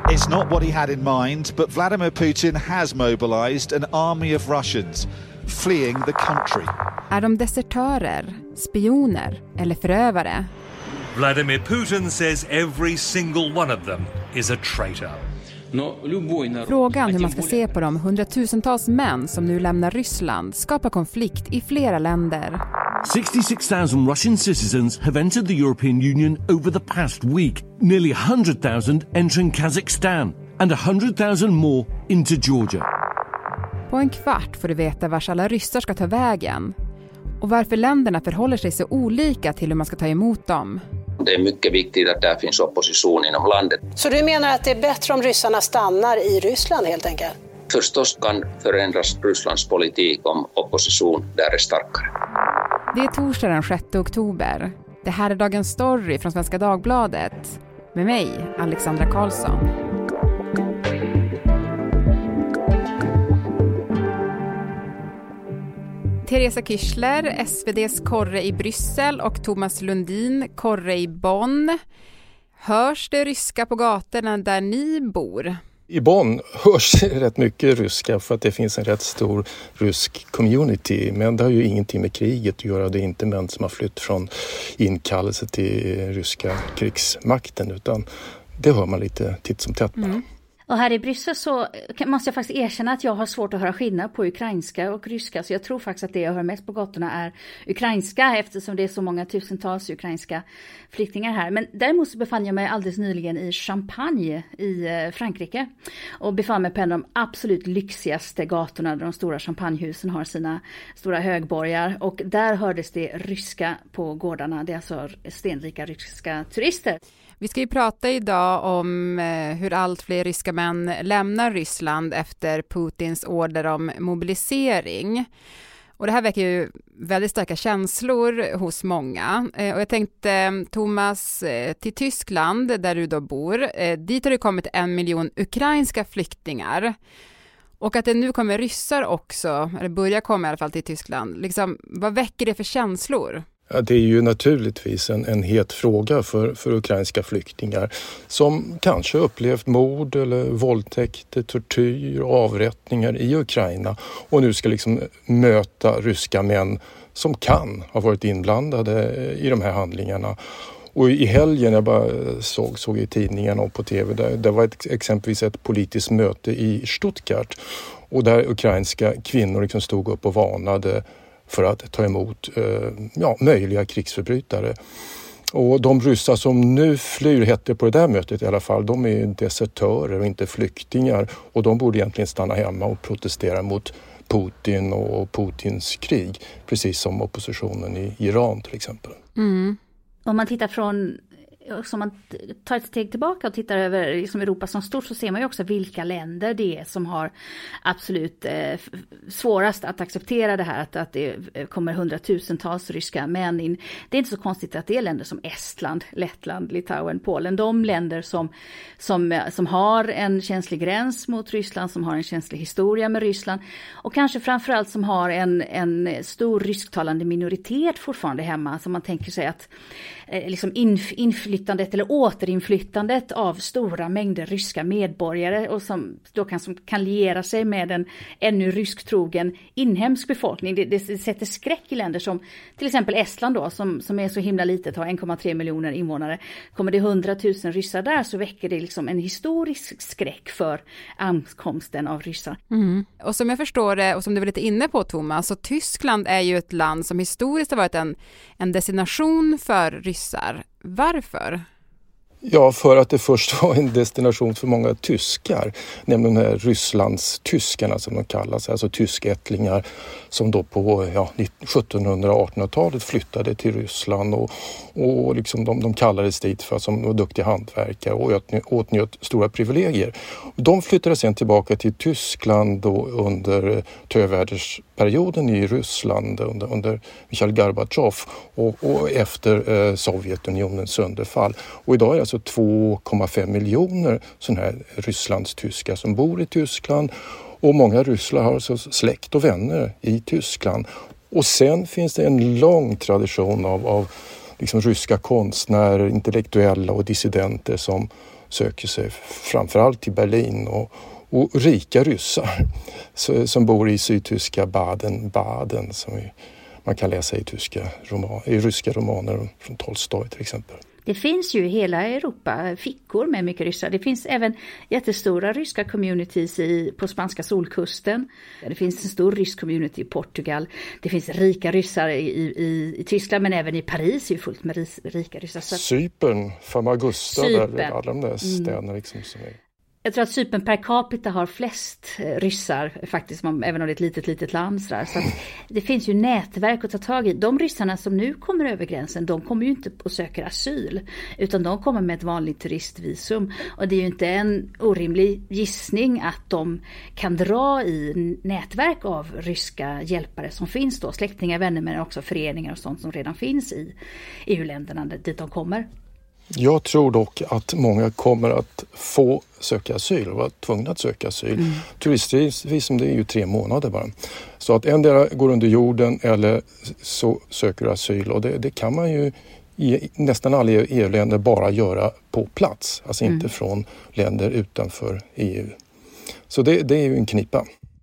It's not what he had in mind, but Vladimir Putin has mobilized an army of Russians fleeing the country. Är de desertörer, spioner eller förövare? Vladimir Putin says every single one of them is a traitor. Frågan hur man ska se på de hundratusentals män som nu lämnar Ryssland skapar konflikt i flera länder. 66,000 Russian citizens have entered the European Union over the past week, nearly 100,000 entering Kazakhstan and 100,000 more into Georgia. På en kvart får du veta vars alla ryssar ska ta vägen och varför länderna förhåller sig så olika till hur man ska ta emot dem. Det är mycket viktigt att där finns opposition inom landet. Så du menar att det är bättre om ryssarna stannar i Ryssland helt enkelt? Förstås kan förändras Rysslands politik om opposition där är starkare. Det är torsdag den 6 oktober. Det här är dagens story från Svenska Dagbladet. Med mig, Alexandra Karlsson. Teresa Kyschler, SVDs korre i Bryssel och Thomas Lundin, korre i Bonn. Hörs det ryska på gatorna där ni bor? I Bonn hörs rätt mycket ryska för att det finns en rätt stor rysk community. Men det har ju ingenting med kriget att göra. Det är inte män som har flytt från inkallelse till ryska krigsmakten, utan det hör man lite titt som tätt på. Och här i Bryssel så måste jag faktiskt erkänna att jag har svårt att höra skillnad på ukrainska och ryska. Så jag tror faktiskt att det jag hör mest på gatorna är ukrainska, eftersom det är så många tusentals ukrainska flyktingar här. Men däremot så befann jag mig alldeles nyligen i Champagne i Frankrike. Och befann mig på en av de absolut lyxigaste gatorna där de stora champagnehusen har sina stora högborgar. Och där hördes det ryska på gårdarna. Det är alltså stenrika ryska turister. Vi ska ju prata idag om hur allt fler ryska män lämnar Ryssland efter Putins order om mobilisering. Och det här väcker ju väldigt starka känslor hos många. Och jag tänkte, Thomas, till Tyskland där du då bor, dit har det kommit 1 miljon ukrainska flyktingar. Och att det nu kommer ryssar också, eller börjar komma i alla fall till Tyskland. Liksom, vad väcker det för känslor? Ja, det är ju naturligtvis en het fråga för ukrainska flyktingar som kanske upplevt mord eller våldtäkter, tortyr och avrättningar i Ukraina och nu ska liksom möta ryska män som kan ha varit inblandade i de här handlingarna. Och i helgen jag bara såg i tidningen och på tv, där var exempelvis ett politiskt möte i Stuttgart och där ukrainska kvinnor liksom stod upp och varnade för att ta emot möjliga krigsförbrytare. Och de ryssar som nu flyr, hette på det där mötet i alla fall, de är desertörer och inte flyktingar. Och de borde egentligen stanna hemma och protestera mot Putin och Putins krig. Precis som oppositionen i Iran till exempel. Mm. Om man tittar som man tar ett steg tillbaka och tittar över liksom Europa som stort, så ser man ju också vilka länder det är som har absolut svårast att acceptera det här, att det kommer hundratusentals ryska män in. Det är inte så konstigt att det är länder som Estland, Lettland, Litauen, Polen, de länder som har en känslig gräns mot Ryssland, som har en känslig historia med Ryssland och kanske framförallt som har en stor rysktalande minoritet fortfarande hemma, som man tänker sig att liksom inflyttandet eller återinflyttandet av stora mängder ryska medborgare och som då kan liera sig med en ännu rysktrogen inhemsk befolkning. Det sätter skräck i länder som till exempel Estland då, som är så himla litet, har 1,3 miljoner invånare. Kommer det 100 000 ryssar där, så väcker det liksom en historisk skräck för ankomsten av ryssar. Mm. Och som jag förstår det, och som du var lite inne på, Thomas, så Tyskland är ju ett land som historiskt har varit en destination för ryssar. Varför? Ja, för att det först var en destination för många tyskar, nämligen de här Rysslandstyskarna som de kallas, alltså tyskättlingar som då på 1700- och 1800-talet flyttade till Ryssland och liksom de kallades dit för som var duktiga hantverkare och åtnjöt stora privilegier. De flyttade sen tillbaka till Tyskland då under tövärdersperioden i Ryssland under Mikhail Gorbatjov och efter Sovjetunionens sönderfall. Och idag är det alltså 2,5 miljoner sådana här Rysslandstyskar som bor i Tyskland. Och många ryssar har alltså släkt och vänner i Tyskland. Och sen finns det en lång tradition av liksom ryska konstnärer, intellektuella och dissidenter som söker sig framförallt till Berlin och rika ryssar som bor i sydtyska Baden som man kan läsa i ryska romaner från Tolstoj till exempel. Det finns ju i hela Europa fickor med mycket ryssar. Det finns även jättestora ryska communities på spanska solkusten. Det finns en stor rysk community i Portugal. Det finns rika ryssar i Tyskland, men även i Paris är ju fullt med rika ryssar. Cypern, Famagusta, där alla de där städerna liksom som är... Jag tror att Cypern per capita har flest ryssar faktiskt, även om det är ett litet land. Så att det finns ju nätverk att ta tag i. De ryssarna som nu kommer över gränsen, de kommer ju inte och söker asyl, utan de kommer med ett vanligt turistvisum. Och det är ju inte en orimlig gissning att de kan dra i nätverk av ryska hjälpare som finns då, släktingar, vänner, men också föreningar och sånt som redan finns i EU-länderna dit de kommer. Jag tror dock att många kommer att få söka asyl och vara tvungna att söka asyl. Turistvisum, det är ju 3 månader bara. Så att endera går under jorden eller så söker du asyl, och det kan man ju i nästan alla EU-länder bara göra på plats. Alltså inte från länder utanför EU. Så det är ju en knipa.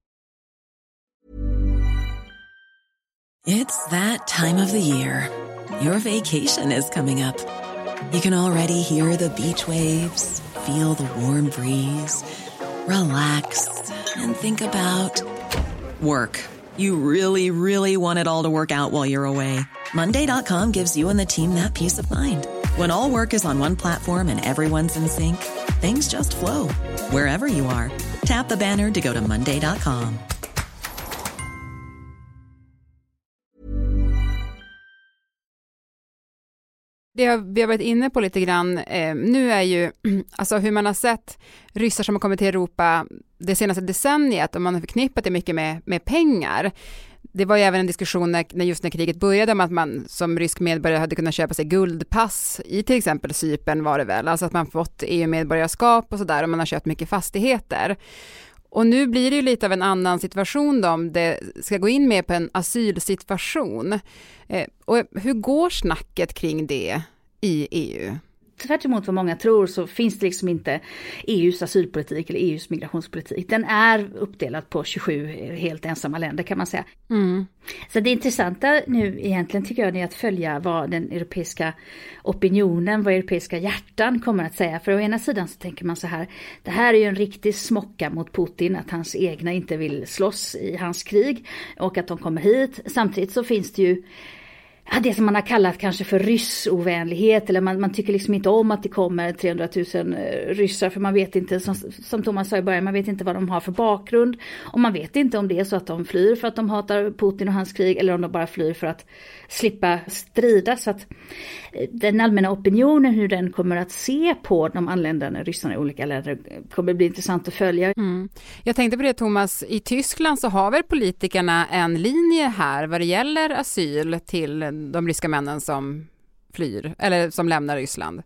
It's that time of the year. Your vacation is coming up. You can already hear the beach waves, feel the warm breeze, relax, and think about work. You really, really want it all to work out while you're away. Monday.com gives you and the team that peace of mind. When all work is on one platform and everyone's in sync, things just flow. Wherever you are, tap the banner to go to Monday.com. Det vi har varit inne på lite grann nu är ju alltså hur man har sett ryssar som har kommit till Europa det senaste decenniet, och man har förknippat det mycket med pengar. Det var ju även en diskussion när kriget började om att man som rysk medborgare hade kunnat köpa sig guldpass i till exempel Cypern var det väl. Alltså att man fått EU-medborgarskap och sådär, och man har köpt mycket fastigheter. Och nu blir det ju lite av en annan situation då, om det ska gå in med på en asylsituation. Och hur går snacket kring det i EU? Tvärt emot vad många tror så finns det liksom inte EUs asylpolitik eller EUs migrationspolitik. Den är uppdelad på 27 helt ensamma länder kan man säga. Så det intressanta nu egentligen tycker jag är att följa vad den europeiska opinionen, vad europeiska hjärtan kommer att säga. För å ena sidan så tänker man så här, det här är ju en riktig smocka mot Putin, att hans egna inte vill slåss i hans krig och att de kommer hit. Samtidigt så finns det ju det som man har kallat kanske för ryssovänlighet, eller man tycker liksom inte om att det kommer 300 000 ryssar, för man vet inte, som Thomas sa i början, man vet inte vad de har för bakgrund, och man vet inte om det är så att de flyr för att de hatar Putin och hans krig, eller om de bara flyr för att slippa strida. Så att den allmänna opinionen, hur den kommer att se på de anländande ryssarna i olika länder, kommer bli intressant att följa. Jag tänkte på det, Thomas, i Tyskland så har väl politikerna en linje här vad det gäller asyl till de ryska männen som flyr eller som lämnar Ryssland?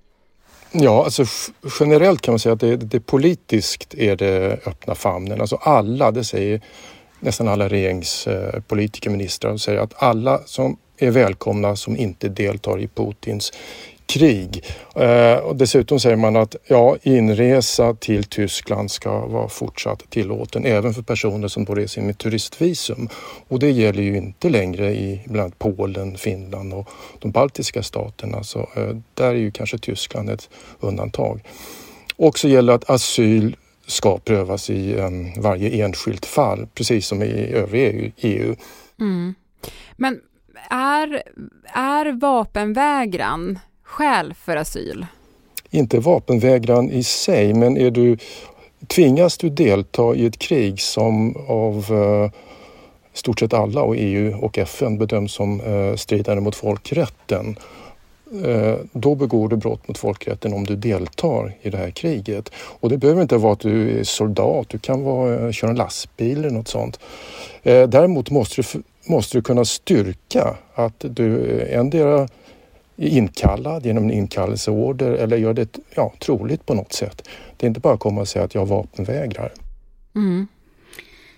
Ja, alltså generellt kan man säga att det politiskt är det öppna famnen. Alltså alla, det säger nästan alla regeringspolitiker, ministrar, och säger att alla som är välkomna som inte deltar i Putins krig. Och dessutom säger man att inresa till Tyskland ska vara fortsatt tillåten även för personer som då reser med turistvisum. Och det gäller ju inte längre i bland annat Polen, Finland och de baltiska staterna. Så där är ju kanske Tyskland ett undantag. Och så gäller att asyl ska prövas i varje enskilt fall, precis som i övriga EU. Men är vapenvägran skäl för asyl? Inte vapenvägran i sig, men tvingas du delta i ett krig som av stort sett alla och EU och FN bedöms som stridande mot folkrätten, då begår du brott mot folkrätten om du deltar i det här kriget. Och det behöver inte vara att du är soldat, du kan köra en lastbil eller något sånt. Däremot måste du kunna styrka att du endera är inkallad genom en inkallelseorder eller gör det troligt på något sätt. Det är inte bara att komma och säga att jag vapenvägrar.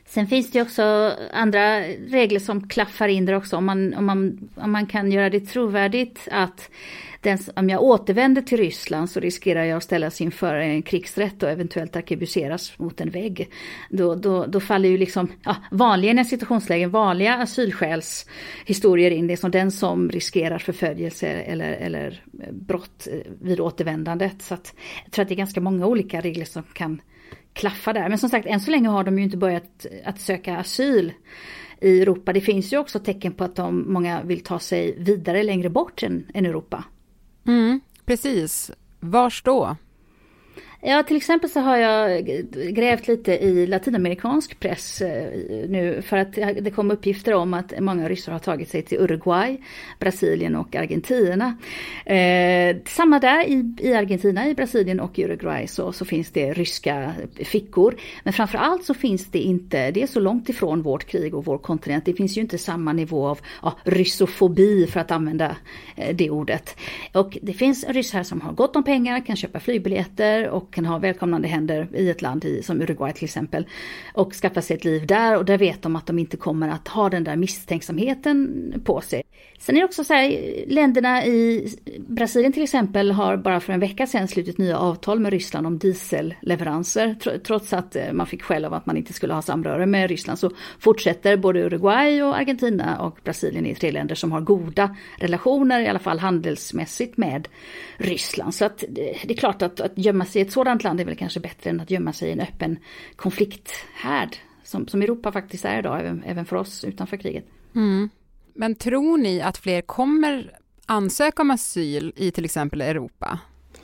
Sen finns det också andra regler som klaffar in där också. Om man kan göra det trovärdigt att om jag återvänder till Ryssland så riskerar jag att ställas inför en krigsrätt och eventuellt arkebuseras mot en vägg. Då faller ju liksom vanliga situationslägen, vanliga asylskäls-historier in. Det är som den som riskerar förföljelse eller brott vid återvändandet. Så att jag tror att det är ganska många olika regler som kan klaffa där. Men som sagt, än så länge har de ju inte börjat att söka asyl i Europa. Det finns ju också tecken på att många vill ta sig vidare längre bort än Europa. Precis. Vars då? Ja, till exempel så har jag grävt lite i latinamerikansk press nu för att det kom uppgifter om att många ryssar har tagit sig till Uruguay, Brasilien och Argentina. Samma där i Argentina, i Brasilien och Uruguay så finns det ryska fickor. Men framförallt så finns det inte, det är så långt ifrån vårt krig och vår kontinent. Det finns ju inte samma nivå av ryssofobi för att använda det ordet. Och det finns ryssar som har gott om pengar, kan köpa flygbiljetter och kan ha välkomnande händer i ett land som Uruguay till exempel och skaffa sig ett liv där, och där vet de att de inte kommer att ha den där misstänksamheten på sig. Sen är det också så här, länderna i Brasilien till exempel har bara för en vecka sedan slutit nya avtal med Ryssland om dieselleveranser. Trots att man fick skäll av att man inte skulle ha samröre med Ryssland så fortsätter både Uruguay och Argentina och Brasilien i 3 länder som har goda relationer, i alla fall handelsmässigt, med Ryssland. Så att det är klart att gömma sig i ett sådant land är väl kanske bättre än att gömma sig i en öppen konflikthärd som Europa faktiskt är idag, även för oss utanför kriget. Men tror ni att fler kommer ansöka om asyl i till exempel Europa?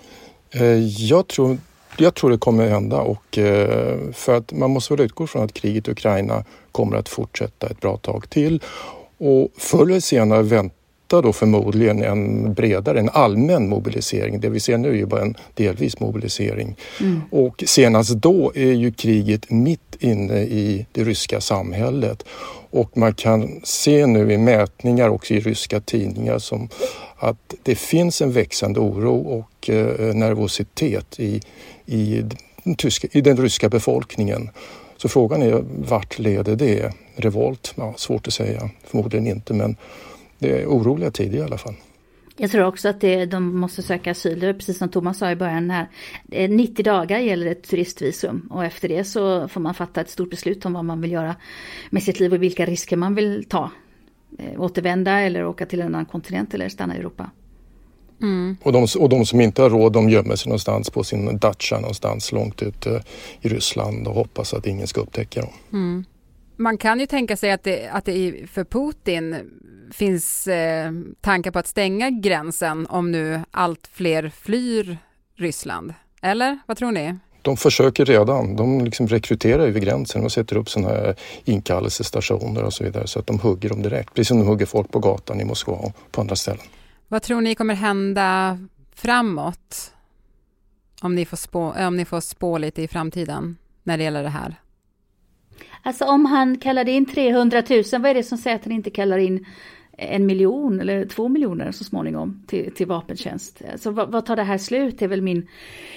Jag tror det kommer hända, och för att man måste väl utgå från att kriget i Ukraina kommer att fortsätta ett bra tag till, och förr eller senare väntar då förmodligen en allmän mobilisering. Det vi ser nu är ju bara en delvis mobilisering. Och senast då är ju kriget mitt inne i det ryska samhället. Och man kan se nu i mätningar också i ryska tidningar som att det finns en växande oro och nervositet i den ryska befolkningen. Så frågan är, vart leder det? Revolt? Ja, svårt att säga. Förmodligen inte, men det är oroliga tider i alla fall. Jag tror också att de måste söka asyl. Det är precis som Thomas sa i början här. 90 dagar gäller ett turistvisum. Och efter det så får man fatta ett stort beslut om vad man vill göra med sitt liv och vilka risker man vill ta. Återvända eller åka till en annan kontinent eller stanna i Europa. Och de som inte har råd, de gömmer sig någonstans på sin dacha någonstans långt ute i Ryssland och hoppas att ingen ska upptäcka dem. Man kan ju tänka sig att det för Putin finns tankar på att stänga gränsen om nu allt fler flyr Ryssland. Eller? Vad tror ni? De försöker redan. De liksom rekryterar över gränsen och sätter upp sådana här inkallelsestationer och så vidare, så att de hugger dem direkt. Precis som de hugger folk på gatan i Moskva och på andra ställen. Vad tror ni kommer hända framåt om ni får spå lite i framtiden när det gäller det här? Alltså om han kallade in 300 000, vad är det som säger att han inte kallar in 1 miljon eller 2 miljoner så småningom till vapentjänst? Alltså vad tar det här slut? Det är väl min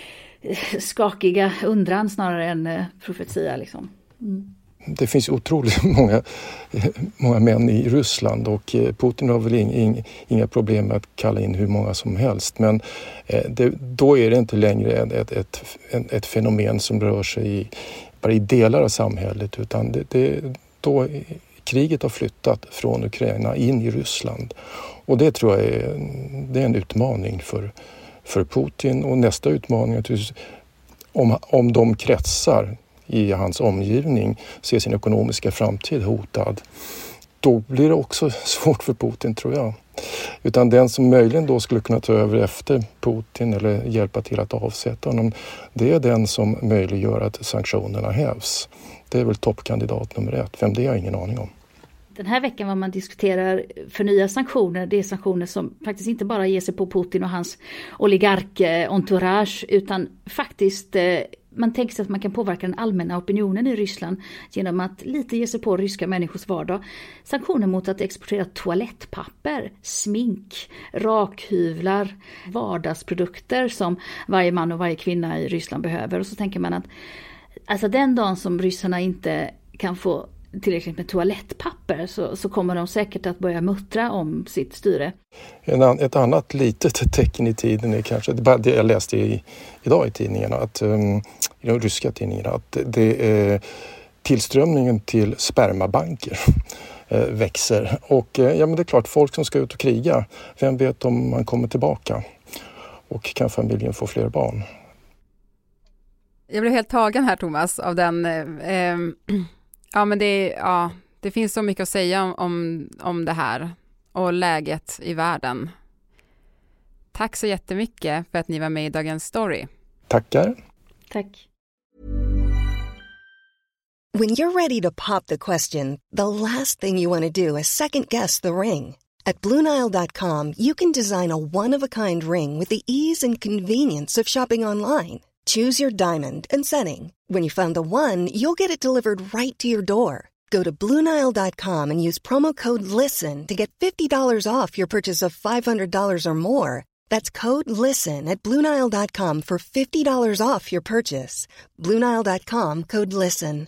skakiga undran snarare än profetia liksom. Det finns otroligt många män i Ryssland, och Putin har väl inga problem med att kalla in hur många som helst. Men då är det inte längre ett fenomen som rör sig bara i delar av samhället, utan då kriget har flyttat från Ukraina in i Ryssland. Och det tror jag är en utmaning för Putin. Och nästa utmaning är om de kretsar i hans omgivning ser sin ekonomiska framtid hotad, då blir det också svårt för Putin, tror jag. Utan den som möjligen då skulle kunna ta över efter Putin eller hjälpa till att avsätta honom, det är den som möjliggör att sanktionerna hävs. Det är väl toppkandidat nummer 1. Vem det är, jag har ingen aning om. Den här veckan vad man diskuterar för nya sanktioner, det är sanktioner som faktiskt inte bara ger sig på Putin och hans oligark-entourage, utan faktiskt man tänker sig att man kan påverka den allmänna opinionen i Ryssland genom att lite ge sig på ryska människors vardag. Sanktioner mot att exportera toalettpapper, smink, rakhyvlar, vardagsprodukter som varje man och varje kvinna i Ryssland behöver. Och så tänker man att alltså den dagen som ryssarna inte kan få tillräckligt med toalettpapper så kommer de säkert att börja muttra om sitt styre. Ett annat litet tecken i tiden är kanske, det jag läste idag i tidningarna, att, i de ryska tidningarna, att det är tillströmningen till spermabanker växer. Och men det är klart, folk som ska ut och kriga, vem vet om man kommer tillbaka? Och kan familjen få fler barn? Jag blev helt tagen här, Thomas, av den... men det finns så mycket att säga om det här och läget i världen. Tack så jättemycket för att ni var med i Dagens Story. Tackar. Tack. When you're ready to pop the question, the last thing you want to do is second guess the ring. At BlueNile.com, you can design a one-of-a-kind ring with the ease and convenience of shopping online. Choose your diamond and setting. When you find the one, you'll get it delivered right to your door. Go to BlueNile.com and use promo code LISTEN to get $50 off your purchase of $500 or more. That's code LISTEN at BlueNile.com for $50 off your purchase. BlueNile.com, code LISTEN.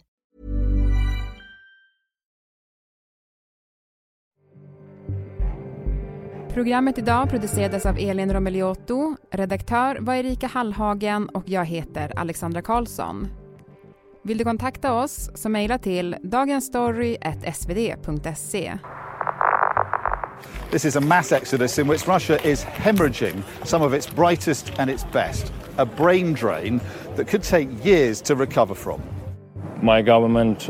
Programmet idag producerades av Elin Romeliotto, redaktör var Erika Hallhagen och jag heter Alexandra Karlsson. Vill du kontakta oss så mejla till dagensstory@svd.se. This is a mass exodus in which Russia is hemorrhaging some of its brightest and its best. A brain drain that could take years to recover from. My government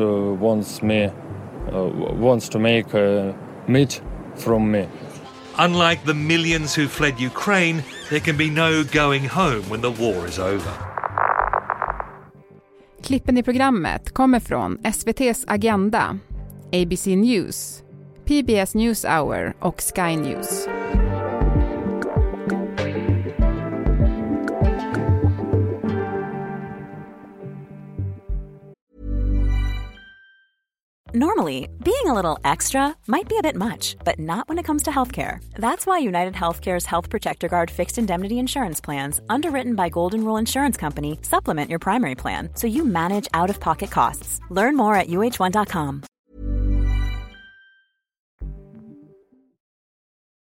wants to make meat from me. Unlike the millions who fled Ukraine, there can be no going home when the war is over. Klippen i programmet kommer från SVT:s Agenda, ABC News, PBS NewsHour och Sky News. Normally, being a little extra might be a bit much, but not when it comes to healthcare. That's why United Healthcare's Health Protector Guard fixed indemnity insurance plans, underwritten by Golden Rule Insurance Company, supplement your primary plan so you manage out-of-pocket costs. Learn more at uh1.com.